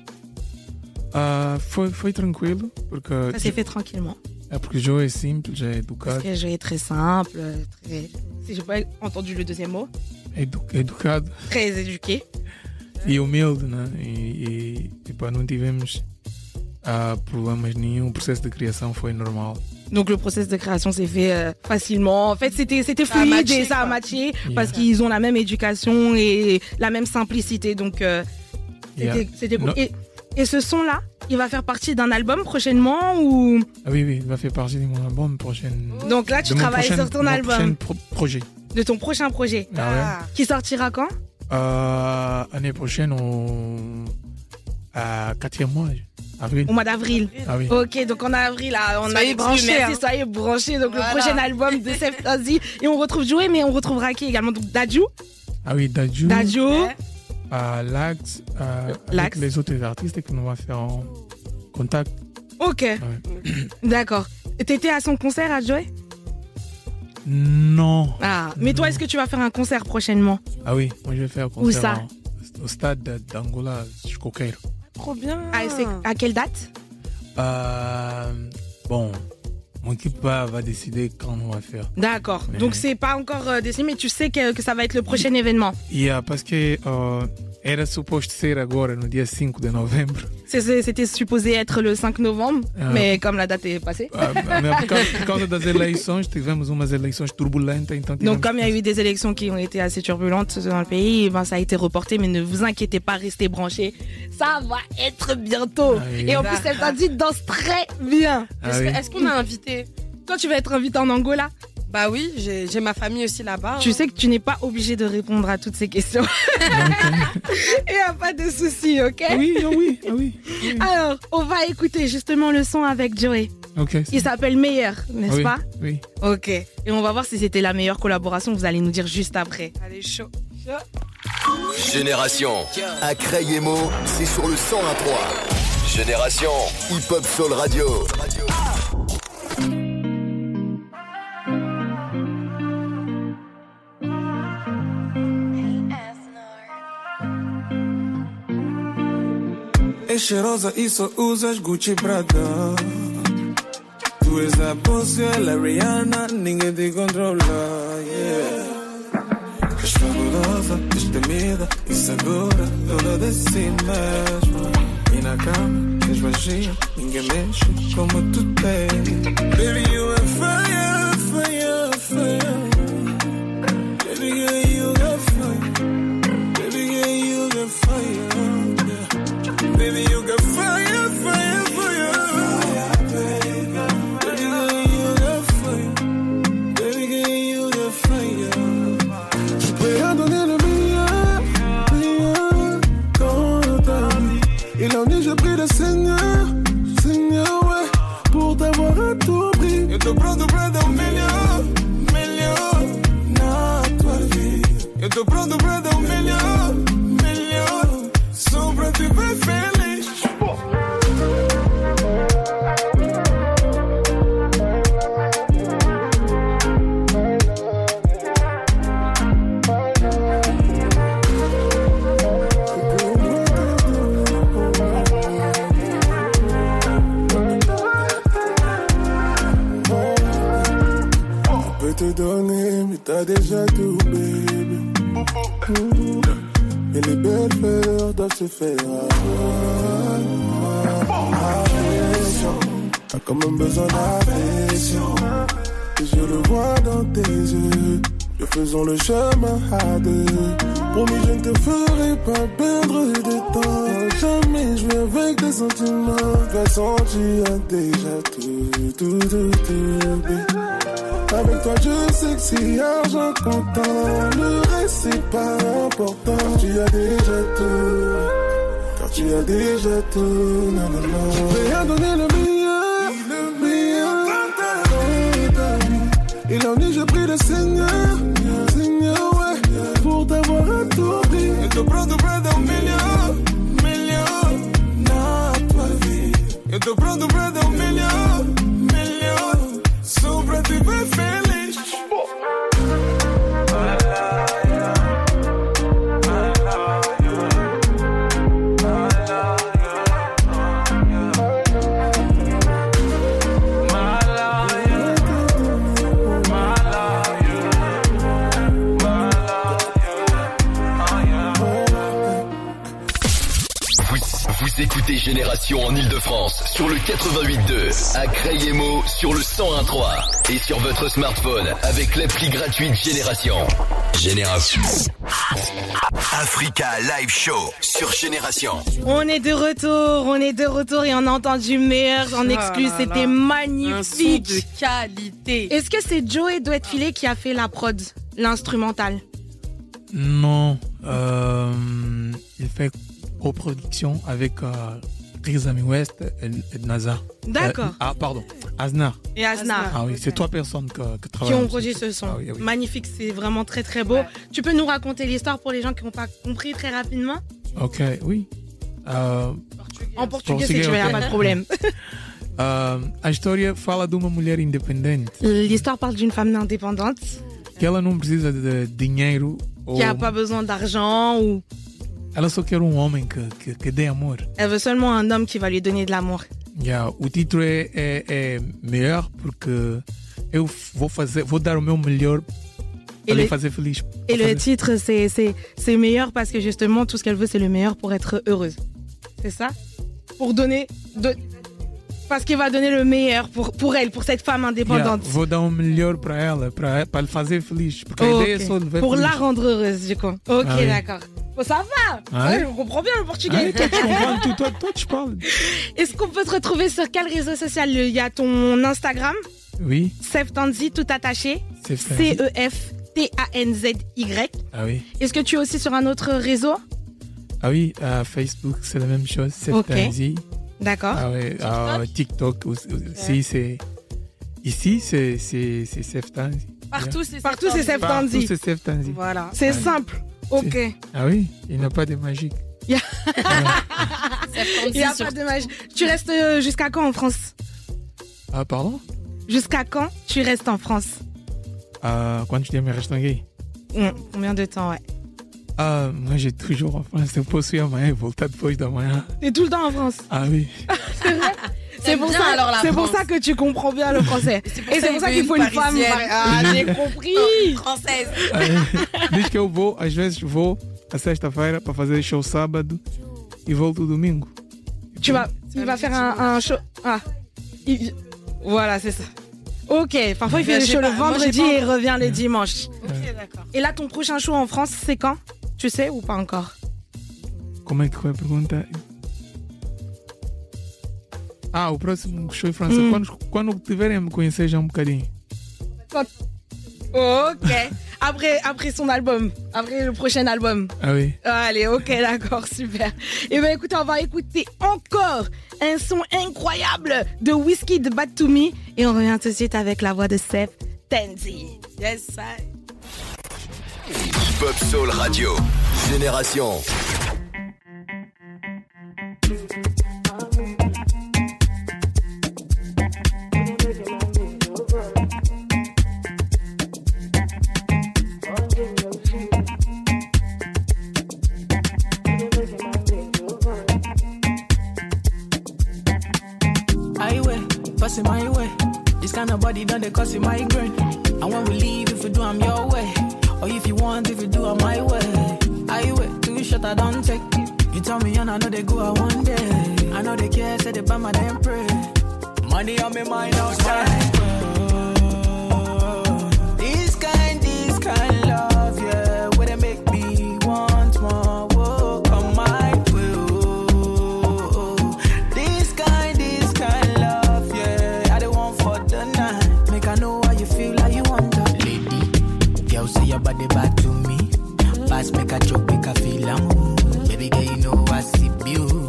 Foi tranquilo. Porque
ça s'est fait tranquillement.
Porque Joey est simple, já é educado.
Parce que Joey est très simple, très... Si j'ai pas entendu le deuxième mot.
Educado.
Très éduqué.
E humilde, né? E tipo, não tivemos problemas nenhum. O processo de criação foi normal.
Donc le process de création s'est fait facilement. En fait, c'était fluide et ça a matché parce qu'ils ont la même éducation et la même simplicité. Donc c'était cool. Et ce son-là, il va faire partie d'un album prochainement ou...
Ah oui, il va faire partie de mon album prochain.
Donc là, tu travailles sur ton album.
Projet.
De ton prochain projet.
Ah ouais.
Qui sortira quand?
Année prochaine, à 4e mois. Avril.
Au mois d'avril.
Ah oui.
Ok, donc en avril, là, on a branché. Soyez branchés. Donc voilà. Le prochain album de Seftazi. Et on retrouve Joey, mais on retrouve Raki également. Donc Dadju.
Ah oui, Dadju.
Ouais.
Lax. Avec les autres artistes que nous va faire en contact.
Ok. Ouais. D'accord. T'étais à son concert à Joey?
Non.
Ah, mais toi, est-ce que tu vas faire un concert prochainement?
Ah oui, moi je vais faire un concert.
Où ça?
Au stade d'Angola, Coqueiro.
Trop bien. À quelle date?
Bon, mon équipe va décider quand on va faire.
D'accord. Mais... Donc c'est pas encore décidé, mais tu sais que ça va être le prochain événement.
Yeah, parce que era suposto ser agora no dia 5 de novembro.
C'était supposé être le 5 novembre, mais comme la date est passée.
Por causa das eleições, tivemos umas eleições turbulentas. Então
donc comme il y a eu des élections qui ont été assez turbulentes dans le pays, ça a été reporté, mais ne vous inquiétez pas, restez branchés. Ça va être bientôt. Ah oui. Et en plus, elle t'a dit danse très bien.
Est-ce qu'on a invité?
Toi, tu vas être invité en Angola?
Bah oui, j'ai ma famille aussi là-bas.
Tu sais que tu n'es pas obligé de répondre à toutes ces questions. Il n'y a pas de souci, ok?
Oui.
Alors, on va écouter justement le son avec Joey.
Okay,
il s'appelle Meilleur, n'est-ce pas?
Oui.
Ok. Et on va voir si c'était la meilleure collaboration. Vous allez nous dire juste après.
Allez, chaud.
Génération. À Crayemo, c'est sur le 101.3. Génération. Hip-Hop Soul Radio.
É cheirosa e só usas Gucci Prada. Tu és a boss, ela é Rihanna, ninguém te controla, yeah. És fabulosa, destemida, insegura, toda de si mesma. E na cama, tens magia, ninguém mexe como tu tens. Baby, you are fire, fire, fire. Baby, girl, you got fire. Baby, girl, you got fire. Baby, you got fire, fire, fire. Baby, girl, you got fire. Baby, girl, you got fire. Je peux rien donner le meilleur, meilleur dans ta vie. Et là, j'ai pris le Seigneur, Seigneur, ouais, pour t'avoir à tout prix. Et te prendre près d'un million, million, dans ta vie. Et te prendre près d'un million, million, sobre tu peux faire. Te donner, mais t'as déjà tout, baby. Et les belles fleurs doivent se faire affection. T'as quand même besoin d'affection. Et je le vois dans tes yeux. Que faisons le chemin à deux. Promis, je ne te ferai pas perdre de temps. Jamais jouer avec des sentiments. De toute façon, tu as déjà tout, baby. Avec toi je sais que si argent comptant, le reste c'est pas important. Tu as déjà tout, car tu as déjà tout. Non, non, non. Je vais à donner le meilleur, dans ta vie. Et la nuit, j'ai pris le Seigneur, ouais, pour t'avoir à tout prix. Et te prendre près d'un million, dans ta vie. Et te prendre près d'un million, sobre tu veux feliz.
Vous écoutez Génération en Ile-de-France sur le 88.2, à Crayemo sur le 101.3 et sur votre smartphone avec l'appli gratuite Génération. Génération. Africa Live Show sur Génération.
On est de retour et on a entendu meilleur en exclu, c'était magnifique.
Un son de qualité.
Est-ce que c'est Joey Doit-Filet qui a fait la prod, l'instrumental?
Non, il fait coproduction avec Rizami West et Nazar.
D'accord.
Pardon, Aznar.
Et Aznar.
Ah oui, c'est trois personnes qui travaillent.
Qui ont produit ce son.
Oui.
Magnifique, c'est vraiment très très beau. Ouais. Tu peux nous raconter l'histoire pour les gens qui n'ont pas compris très rapidement?
Ok, oui.
En português, se tiver, okay. Pas de problème.
A história fala de uma mulher independente.
L'histoire parle d'une femme indépendante.
Que ela não precisa de dinheiro.
Qui n'a pas besoin d'argent ou...
Ela só quer homem que dê amor.
Elle veut seulement un homme qui va lui donner de l'amour.
Yeah, o título é melhor porque eu vou dar o meu melhor para lhe fazer feliz.
Et le titre, c'est meilleur parce que justement, tout ce qu'elle veut, c'est le meilleur pour être heureuse. C'est ça? Pour donner... Parce qu'il va donner le meilleur pour elle, pour cette femme indépendante.
Yeah, vou dar o melhor para ela, para lhe fazer feliz. Porque a ideia é só de
pour
feliz.
La rendre heureuse, du coup. Ok, oui. D'accord. Oh, ça va.
Ah,
ouais, je comprends bien le portugais.
Ah, tu comprends, toi, tu parles.
Est-ce qu'on peut te retrouver sur quel réseau social? Il y a ton Instagram.
Oui.
Seftanzi, tout attaché. CEFTANZY.
Ah oui.
Est-ce que tu es aussi sur un autre réseau?
Ah oui, Facebook, c'est la même chose. Seftanzi.
Okay. D'accord.
Ah oui, TikTok aussi, c'est... Ici, c'est Seftanzi.
Partout, c'est Seftanzi.
Partout, c'est Seftanzi.
Voilà. C'est simple. Ok.
Ah oui, il n'y a pas de magique.
Il n'y a pas de magie. Tu restes jusqu'à quand en France?
Ah, pardon?
Jusqu'à quand tu restes en France?
Quanto tempo restes aqui?
Combien de temps, ouais?
Moi, j'ai toujours en France. Eu posso ir amanhã e voltar depois da manhã.
T'es tout le temps en France?
Ah oui.
C'est vrai? C'est pour ça que tu comprends bien le français. Et c'est pour ça qu'il faut une femme. Ah, j'ai compris.
Française.
Diz que eu vou, às vezes vou à sexta-feira para fazer show sábado e volto domingo.
Il va faire un show. Voilà, c'est ça. Ok, parfois il fait le show le vendredi et il revient le dimanche.
Ok, d'accord.
Et là, ton prochain show en France, c'est quand? Tu sais ou pas encore?
Como é que foi a pergunta? O próximo show em França. Quando tiverem a me conhecer já um bocadinho.
Ok. Après son album. Après le prochain album.
Ah oui.
Allez, ok, d'accord, super. Et ben écoutez, on va écouter encore un son incroyable de Wizkid, Bad to Me. Et on revient tout de suite avec la voix de Seftanzi.
Yes, I.
Hip Hop Soul Radio. Génération.
Passing my way. This kind of body done they cause it migraine. And when we leave, if you do, I'm your way. Or if you want, if you do, I'm my way. I wait, 2 shot I don't take. You tell me and I know they go out one day. I know they care, say they buy my damn pray. Money on me mind outside. This kind love, yeah, where they make me want more. Whoa, come my way. This kind love, yeah, I don't want for the night. Make I know how you feel, like you want that. Lady, girl, say your body bad to me. Pass, make a joke, make a feel I'm. Baby girl, you know I see you.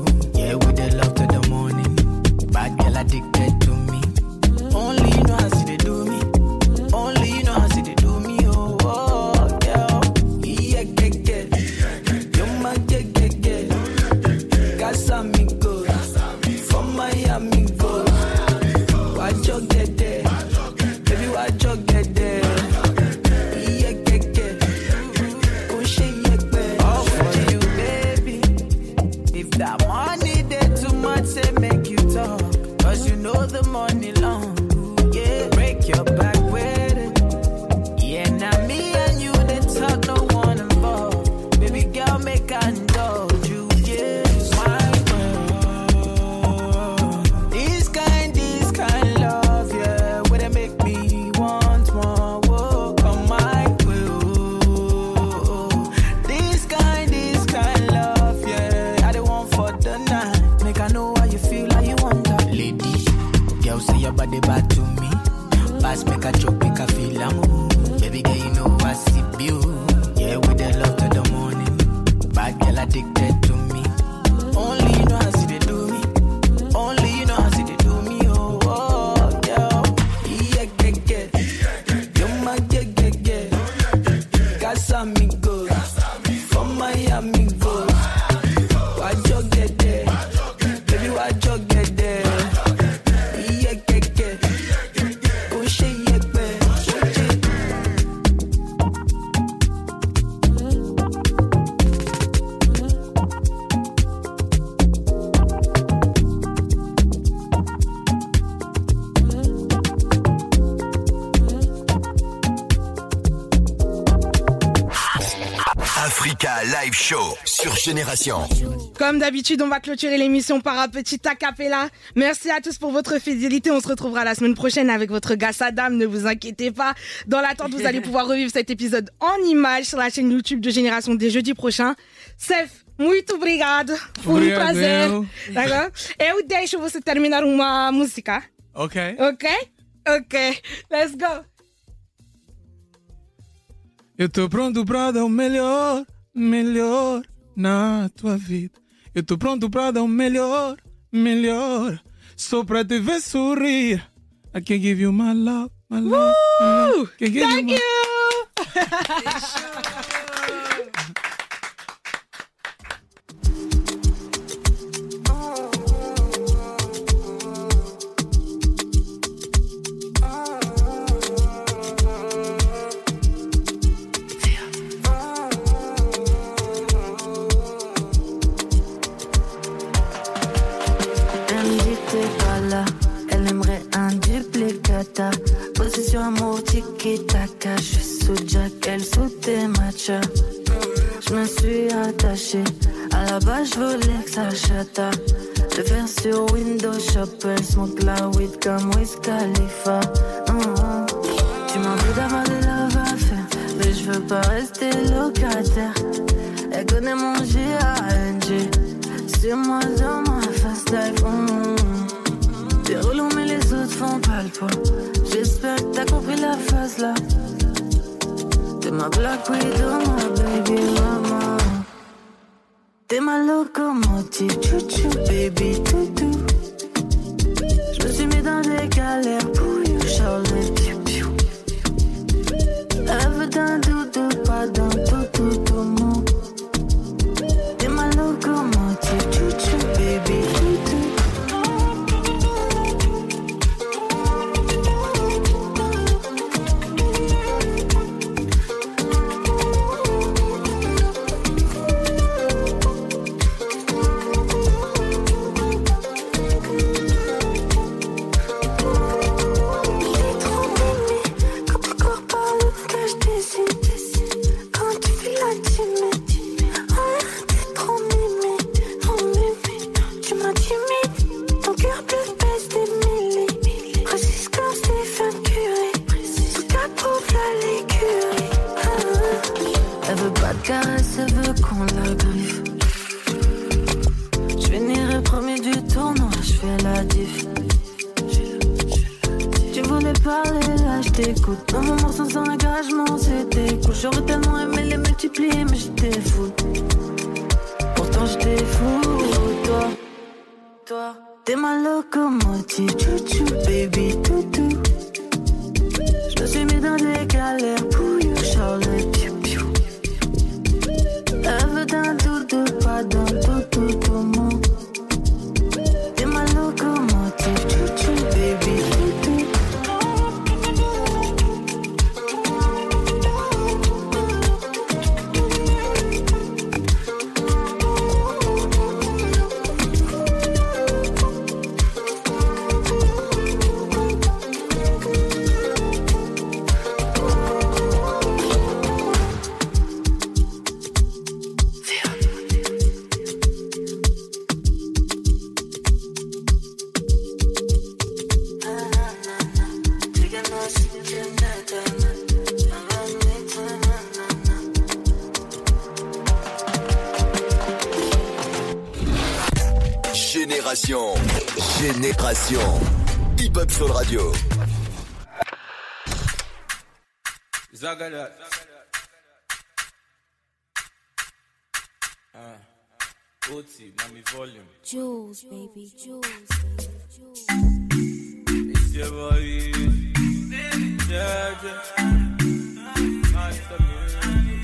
Africa indulge you, yeah. My world. This kind love, yeah. Where they make me want more. Whoa, come my will. This kind love, yeah. I don't want for the night. Make I know how you feel, how you want that. Lady, girl, say your body bad to me. Pass, make a chop, make a feel I'm. Baby girl, you know I see you. Yeah, with the love to the morning. Bad girl addicted to me. Only you know how see they do me. Only you know how see they do me. Oh, oh, yeah. Yeah, get. You're my get. Casa amigos. From Miami goes. Why you get there? Baby, why you get there? Yeah, get. Push it, yeah,
Africa Live Show sur Génération.
Comme d'habitude, on va clôturer l'émission par un petit acapella. Merci à tous pour votre fidélité. On se retrouvera la semaine prochaine avec votre gars Saddam. Ne vous inquiétez pas. Dans l'attente, vous allez pouvoir revivre cet épisode en images sur la chaîne YouTube de Génération dès jeudi prochain. Sef, muito obrigado. Foi prazer. D'accord? Eu deixo você terminar uma música.
Ok.
Let's go.
Eu tô pronto pra dar o melhor na tua vida. Eu tô pronto pra dar o melhor, só pra te ver sorrir. I can give you my love, my love.
Thank you.
Possession amour, tiki-taka. Je suis sous Jack, elle sous tes matchas. Je me suis attachée. À la base, je voulais que ça chata. Le faire sur Windows Shop. Elle smoke la weed comme Wiz Khalifa. Tu m'en veux d'avoir des love à faire, mais je veux pas rester locataire. Elle connaît mon G.A.N.G. C'est moi dans ma fast life. T'es relou mais les autres font pas le poids. J'espère que t'as compris la phase là. T'es ma Black Widow, ma baby mama. T'es ma locomotive, chouchou, baby toutou. J'me suis mis dans des galères pour you, Charlotte, piou piou. Elle veut d'un doudou, pas d'un tout mou. T'es ma locomotive, chouchou, baby toutou. Elle veut qu'on la griffe. Je finirai premier du tournoi, je fais la diff. Tu voulais parler, là je t'écoute. Dans mon morceau sans engagement, c'était cool. J'aurais tellement aimé les multiplier, mais j'étais fou. Pourtant j'étais fou, toi. T'es ma locomotive, chouchou, baby toutou. Je me suis mis dans des galères pour you, Charlotte, piou piou. Elle veut d'un doudou, pas d'un tout mou. T'es ma locomotive, chouchou, baby toutou.
Génération. Hip Hop Soul Radio.
Zagalat. OT, mommy volume.
Jules, baby, Jules.
It's your boy. Yeah. Master music.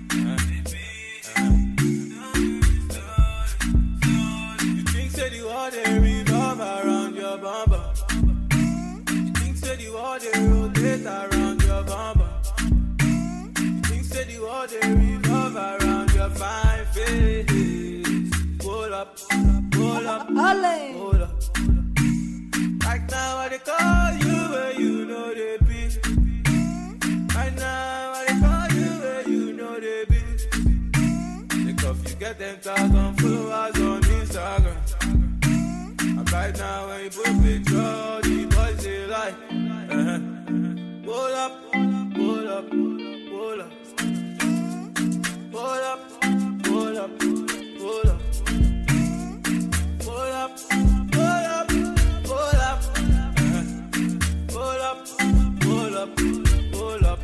You think say the water revolve around your bumper. You think say the water rotate around your bumper. You think say the water revolve around your fine face. Pull up, pull up, pull up. Right now I they call you where you know they be. Right now I they call you where you know they be. Because you get them 1,000 followers on Instagram. And right now when you put picture, the boys they like. Pull up, pull up, pull up. Pull up, pull up, pull up. Pull up, pull up, pull up. Pull up, pull up, pull up.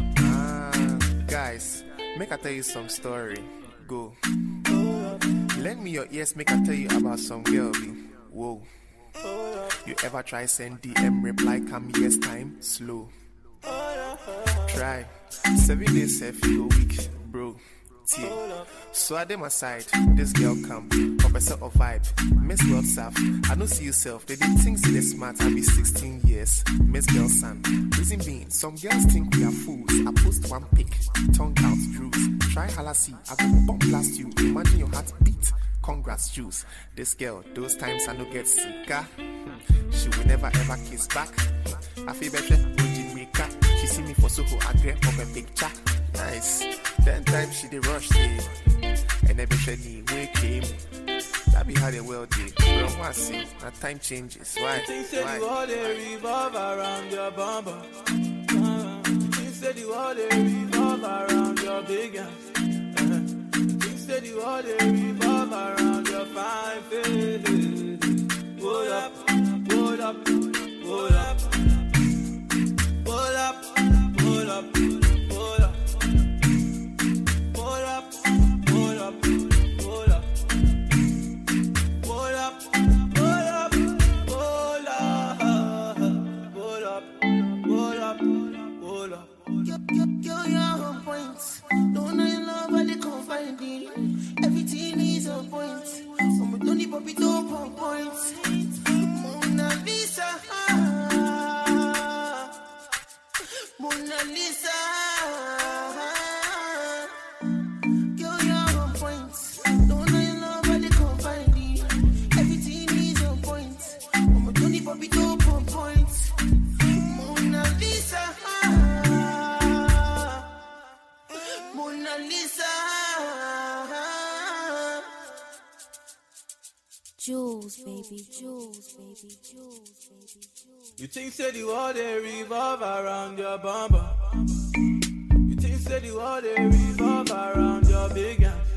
Guys, make I tell you some story. Go. Lend me your ears, make I tell you about some girl. Whoa. You ever try send DM reply come years time? Slow. Try 7 days self you go weak, bro. So I dem aside, this girl come, professor of vibe, Miss World South. I don't see yourself, they did think see they smart, I be 16 years, Miss Girl son. Reason being, some girls think we are fools. I post one pic, tongue out, drugs. Try halassi, I go bomb blast you. Imagine your heart beat. Congrats, juice. This girl, those times I no get sicker. She will never ever kiss back. I feel better, Maker. She see me for Soho, I grab up a picture. Nice. 10 times she did rush it. And eventually we came. That be how the world did. From what I see, now time changes. Why?
You think the water revolve around your bumper. You think the water revolve around your big ass. You think the water revolve around your fine face. Pull up, pull up, pull up. Pull up, pull up, pull up. Pull up, pull up, pull up. Pull up, pull up, pull up. Pull up, pull up, pull up.
You're on point. Don't know you love all the confiding. Everything is on point. Some don't need puppy to on point. Mona Lisa. Mona Lisa. Girl, you're on point. Don't know you love all the confiding. Everything is on point. Some don't need puppy to on point. Mona Lisa. Mona Lisa.
Jules, baby, Jules, baby, Jules, baby, Jules.
You think say the water revolve around your bumper. You think say the water revolve around your big ass.